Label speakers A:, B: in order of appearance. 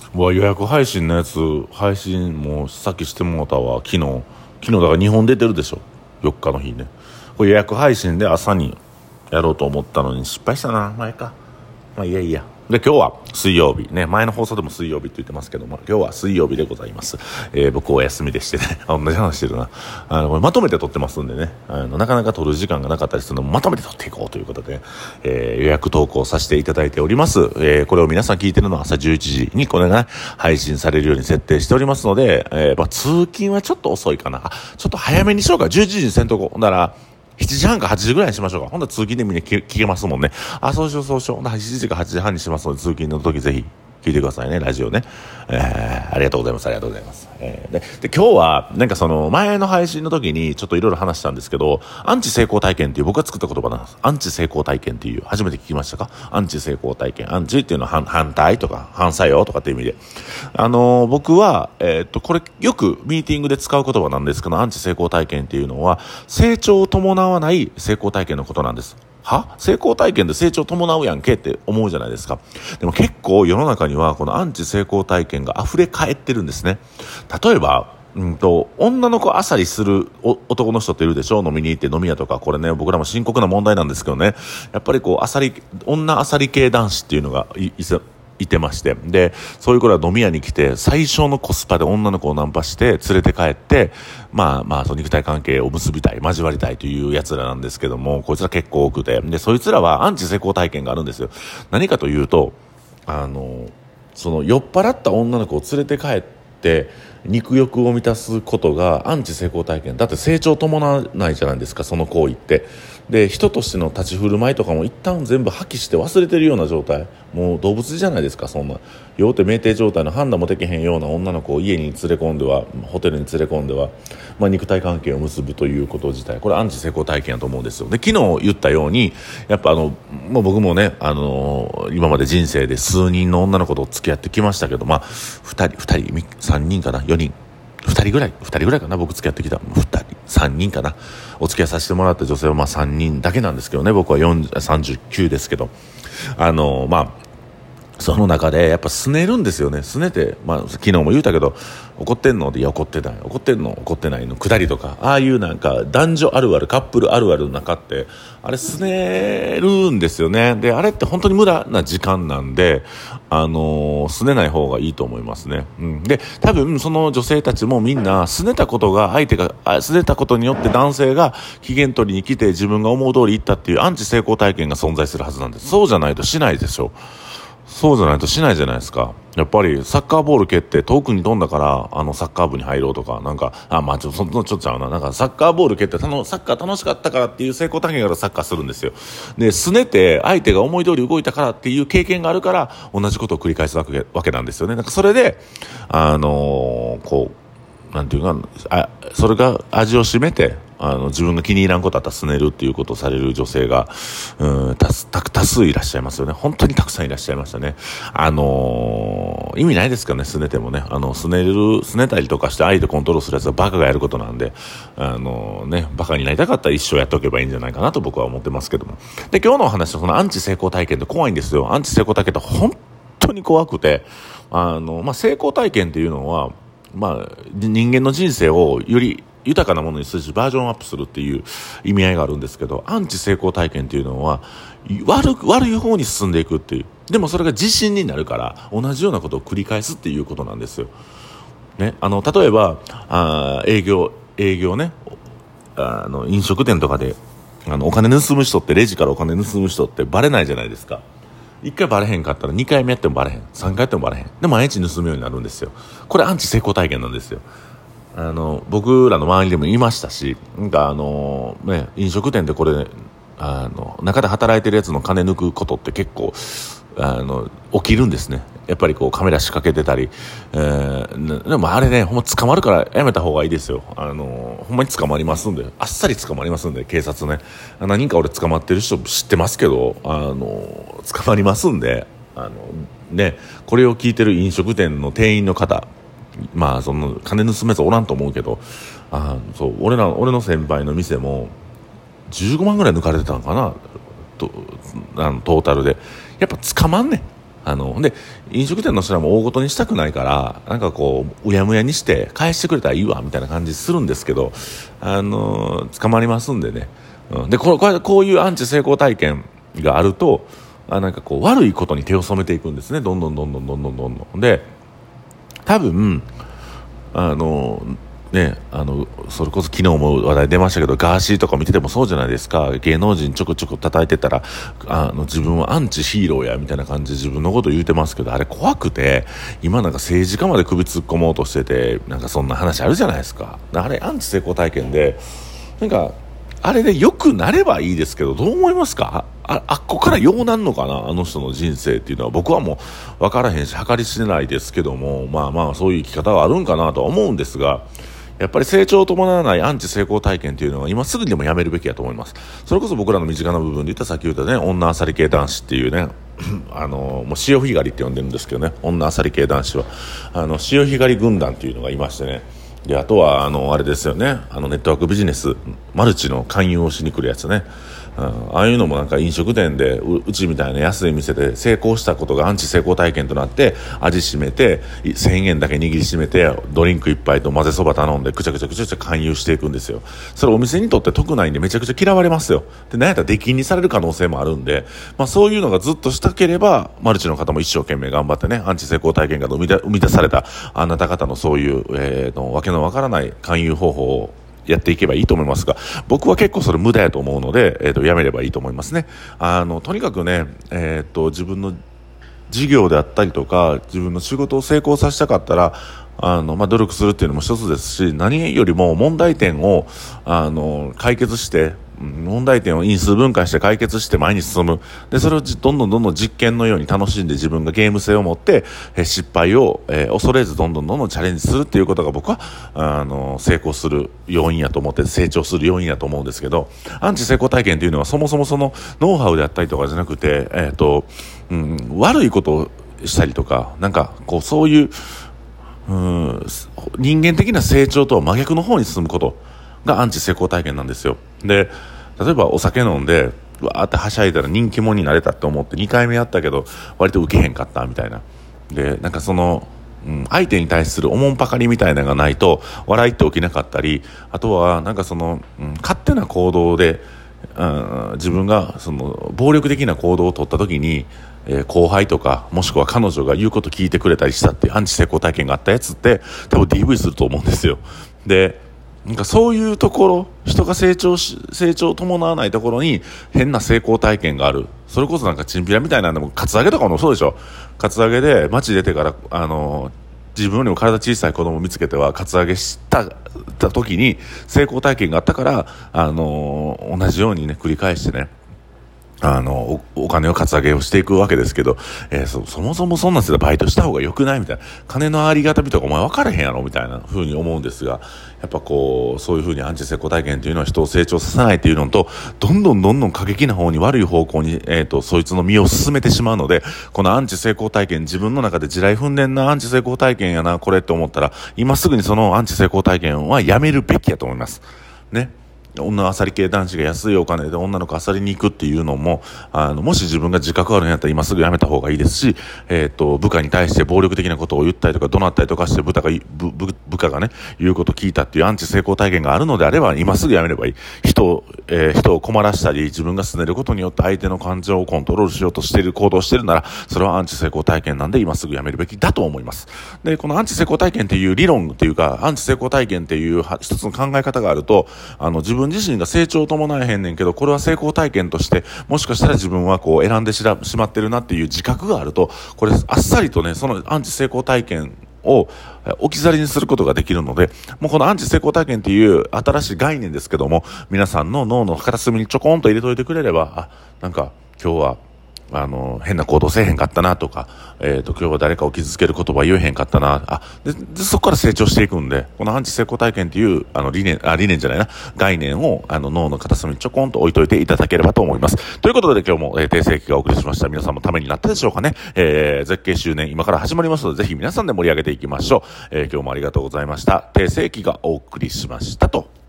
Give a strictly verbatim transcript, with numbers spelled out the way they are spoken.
A: うわ予約配信のやつ配信もうさっきしてもらったわ。昨日昨日だからにほん出てるでしょ、よっかの日ね。これ予約配信で朝にやろうと思ったのに失敗したな。前か、まあいやいや。で今日は水曜日ね、前の放送でも水曜日って言ってますけども、今日は水曜日でございます。えー、僕お休みでしてね、同じ話してるな。あのこれまとめて撮ってますんでね、あのなかなか撮る時間がなかったりするのもまとめて撮っていこうということで、えー、予約投稿させていただいております。えー、これを皆さん聞いてるのは朝じゅういちじにこれが、ね、配信されるように設定しておりますので、えーまあ、通勤はちょっと遅いかな。あ、ちょっと早めにしようか。じゅういちじにせんとこ。だからしちじはんかはちじぐらいにしましょうか。ほんと通勤でみんな聞けますもんね。あ、そうしようそうしよう。しちじかはちじはんにしますので、通勤の時ぜひ聞いてくださいね、ラジオね。えー、ありがとうございます、ありがとうございます。えー、で、で、今日は、なんかその、前の配信の時にちょっといろいろ話したんですけど、アンチ成功体験っていう僕が作った言葉なんです。アンチ成功体験っていう、初めて聞きましたか？アンチ成功体験。アンチっていうのは反反対とか、反作用とかっていう意味で。あのー、僕は、えー、っと、これよくミーティングで使う言葉なんですけど、アンチ成功体験っていうのは、成長を伴わない成功体験のことなんです。は成功体験で成長伴うやんけって思うじゃないですか。でも結構世の中にはこのアンチ成功体験が溢れ返ってるんですね。例えばうんと女の子あさりする男の人っているでしょ。飲みに行って飲み屋とか、これね僕らも深刻な問題なんですけどね、やっぱりこうあさり女あさり系男子っていうのがいいせいてまして、でそういう子ら飲み屋に来て最小のコスパで女の子をナンパして連れて帰って、まあまあその肉体関係を結びたい、交わりたいというやつらなんですけども、こいつら結構多くて、でそいつらはアンチ成功体験があるんですよ。何かというと、あのその酔っ払った女の子を連れて帰って肉欲を満たすことがアンチ成功体験だって、成長伴わないじゃないですか、その行為って。で人としての立ち振る舞いとかも一旦全部破棄して忘れてるような状態、もう動物じゃないですか。そんな酔うて酩酊状態の判断もできへんような女の子を家に連れ込んでは、ホテルに連れ込んでは、まあ、肉体関係を結ぶということ自体、これアンチ成功体験だと思うんですよ。で昨日言ったようにやっぱあの、まあ、僕もね、あのー、今まで人生で数人の女の子と付き合ってきましたけど、まあふたりふたりさんにんかな、よにんふたりぐらいふたりぐらいかな、僕付き合ってきたふたりさんにんかな、お付き合いさせてもらった女性はまあさんにんだけなんですけどね。僕はよんさんじゅうきゅうですけど、あのまあその中でやっぱ拗ねるんですよね。拗ねて、まあ昨日も言うたけど、怒ってんので、いや怒ってない、怒ってんの怒ってないのくだりとか、ああいうなんか男女あるある、カップルあるあるの中ってあれ拗ねるんですよね。であれって本当に無駄な時間なんで、あのー、拗ねない方がいいと思いますね。うん、で多分その女性たちもみんな拗ねたことが、相手が拗ねたことによって男性が機嫌取りに来て自分が思う通りいったっていうアンチ成功体験が存在するはずなんです。そうじゃないとしないでしょ。そうじゃないとしないじゃないですか。やっぱりサッカーボール蹴って遠くに飛んだからあのサッカー部に入ろうとか、なんかあまあちょっとそのちょっとちゃうな、なんかサッカーボール蹴ってたのサッカー楽しかったからっていう成功体験からサッカーするんですよ。で拗ねて相手が思い通り動いたからっていう経験があるから同じことを繰り返すわけわけなんですよね。なんかそれであのー、こうなんていうか、あそれが味を占めて、あの自分が気に入らんことあったら拗ねるっていうことをされる女性がうん多数、多数いらっしゃいますよね。本当にたくさんいらっしゃいましたね。あのー、意味ないですからね、拗ねてもね。あの拗ねる拗ねたりとかして相手コントロールするやつはバカがやることなんで、あのー、ね、バカになりたかったら一生やっておけばいいんじゃないかなと僕は思ってますけども。で今日のお話はそのアンチ成功体験って怖いんですよ。アンチ成功体験って本当に怖くて、あの、まあ、成功体験っていうのはまあ、人間の人生をより豊かなものにするしバージョンアップするっていう意味合いがあるんですけど、アンチ成功体験っていうのは悪く悪い方に進んでいくっていう、でもそれが自信になるから同じようなことを繰り返すっていうことなんですよ、ね、あの例えばあ営業営業ね、あの飲食店とかであのお金盗む人って、レジからお金盗む人ってバレないじゃないですか。一回バレへんかったら二回目やってもバレへん、三回やってもバレへんで毎日盗むようになるんですよ。これアンチ成功体験なんですよ。あの僕らの周りでもいましたし、なんかあの、ね、飲食店でこれあの中で働いてるやつの金抜くことって結構あの起きるんですね。やっぱりこうカメラ仕掛けてたり、えー、でもあれねほんま捕まるからやめた方がいいですよ。あのほんまに捕まりますんで、あっさり捕まりますんで、警察ね、何人か俺捕まってる人知ってますけど、あの捕まりますんで、あのね、これを聞いてる飲食店の店員の方、まあその金盗むやつおらんと思うけど、あそう俺ら俺の先輩の店もじゅうごまんぐらい抜かれてたのかなと、あのトータルで。やっぱ捕まんねん、 あので飲食店の人らも大ごとにしたくないからなんかこううやむやにして返してくれたらいいわみたいな感じするんですけど、あの捕まりますんでね、うん、でこれこれこういうアンチ成功体験があるとあなんかこう悪いことに手を染めていくんですね、どんどんどんどんどんどんどんどんで多分あのね、あのそれこそ昨日も話題出ましたけどガーシーとか見ててもそうじゃないですか。芸能人ちょこちょこ叩いてたらあの自分はアンチヒーローやみたいな感じで自分のこと言うてますけど、あれ怖くて今なんか政治家まで首突っ込もうとしててなんかそんな話あるじゃないですか。あれアンチ成功体験でなんかあれで良くなればいいですけどどう思いますか。あ, あっこからようなんのかなあの人の人生っていうのは。僕はもう分からへんし計り知れないですけども、まあまあそういう生き方はあるんかなとは思うんですが、やっぱり成長を伴わないアンチ成功体験っていうのは今すぐにでもやめるべきだと思います。それこそ僕らの身近な部分で言ったらさっき言ったね女あさり系男子っていうねあのもう潮干狩りって呼んでるんですけどね、女あさり系男子はあの潮干狩り軍団っていうのがいましてね、であとはあのあれですよね、あのネットワークビジネスマルチの勧誘をしに来るやつね、うん、ああいうのもなんか飲食店で う, うちみたいな安い店で成功したことがアンチ成功体験となって味しめてせんえんだけ握りしめてドリンク一杯と混ぜそば頼んでくちゃくちゃくちゃくちゃ勧誘していくんですよ。それお店にとって得ないんでめちゃくちゃ嫌われますよ。でなんやったら出禁にされる可能性もあるんで、まあ、そういうのがずっとしたければマルチの方も一生懸命頑張ってねアンチ成功体験が生み出、生み出されたあなた方のそういう、えー、のわけのわからない勧誘方法をやっていけばいいと思いますが、僕は結構それ無駄やと思うので、えー、とやめればいいと思いますね。あのとにかくね、えー、と自分の事業であったりとか自分の仕事を成功させたかったらあの、まあ、努力するっていうのも一つですし、何よりも問題点をあの解決して問題点を因数分解して解決して前に進む。でそれをどんどんどんどん実験のように楽しんで自分がゲーム性を持ってえ失敗を、えー、恐れずどんどんどんどんチャレンジするっていうことが僕はあの成功する要因やと思って成長する要因やと思うんですけど、アンチ成功体験というのはそもそもそのノウハウであったりとかじゃなくて、えーとうん、悪いことをしたりとかなんかこうそういう、うん、人間的な成長とは真逆の方に進むことがアンチ成功体験なんですよ。で例えばお酒飲んでわーってはしゃいだら人気者になれたと思ってにかいめやったけど割と受けへんかったみたいな。でなんかその、うん、相手に対するおもんぱかりみたいなのがないと笑いって起きなかったり、あとはなんかその、うん、勝手な行動で、うん、自分がその暴力的な行動を取った時にえー、後輩とかもしくは彼女が言うこと聞いてくれたりしたっていうアンチ成功体験があったやつって多分 ディーブイ すると思うんですよ。でなんかそういうところ人が成長し成長を伴わないところに変な成功体験がある。それこそなんかチンピラみたいなのもカツアゲとかもそうでしょ。カツアゲで街出てからあの自分よりも体小さい子供を見つけてはカツアゲしたた時に成功体験があったからあの同じようにね繰り返してねあの お, お金をカツアゲをしていくわけですけど、えー、そ, そもそもそんな人でバイトした方が良くないみたいな、金のありがたみとかお前分からへんやろみたいな風に思うんですが、やっぱこうそういう風にアンチ成功体験というのは人を成長させないというのとどんどんどんどん過激な方に悪い方向に、えー、とそいつの身を進めてしまうので、このアンチ成功体験自分の中で地雷踏んでんなアンチ成功体験やなこれって思ったら今すぐにそのアンチ成功体験はやめるべきやと思いますね。女あさり系男子が安いお金で女の子あさりに行くっていうのもあのもし自分が自覚あるんやったら今すぐやめた方がいいですし、えー、と部下に対して暴力的なことを言ったりとか怒鳴ったりとかして部下が部部下がね言うことを聞いたっていうアンチ成功体験があるのであれば今すぐやめればいい。人を、えー、人を困らしたり自分が拗ねることによって相手の感情をコントロールしようとしている行動をしているならそれはアンチ成功体験なんで今すぐやめるべきだと思います。でこのアンチ成功体験っていう理論っていうかアンチ成功体験っていう一つの考え方があるとあの自分自身が成長伴えへんねんけどこれは成功体験としてもしかしたら自分はこう選んでしまってるなっていう自覚があるとこれあっさりとねそのアンチ成功体験を置き去りにすることができるので、もうこのアンチ成功体験っていう新しい概念ですけども皆さんの脳の片隅にちょこんと入れといてくれればあなんか今日はあの変な行動せえへんかったなとか、えーと、今日は誰かを傷つける言葉言えへんかったなあ で, でそこから成長していくんでこのアンチ成功体験っていうあの理念あ理念じゃないな概念をあの脳の片隅にちょこんと置いといていただければと思います。ということで今日も、えー、訂正記がお送りしました。皆さんもためになったでしょうかね。えー、絶景周年今から始まりますのでぜひ皆さんで盛り上げていきましょう。えー、今日もありがとうございました。訂正記がお送りしましたと。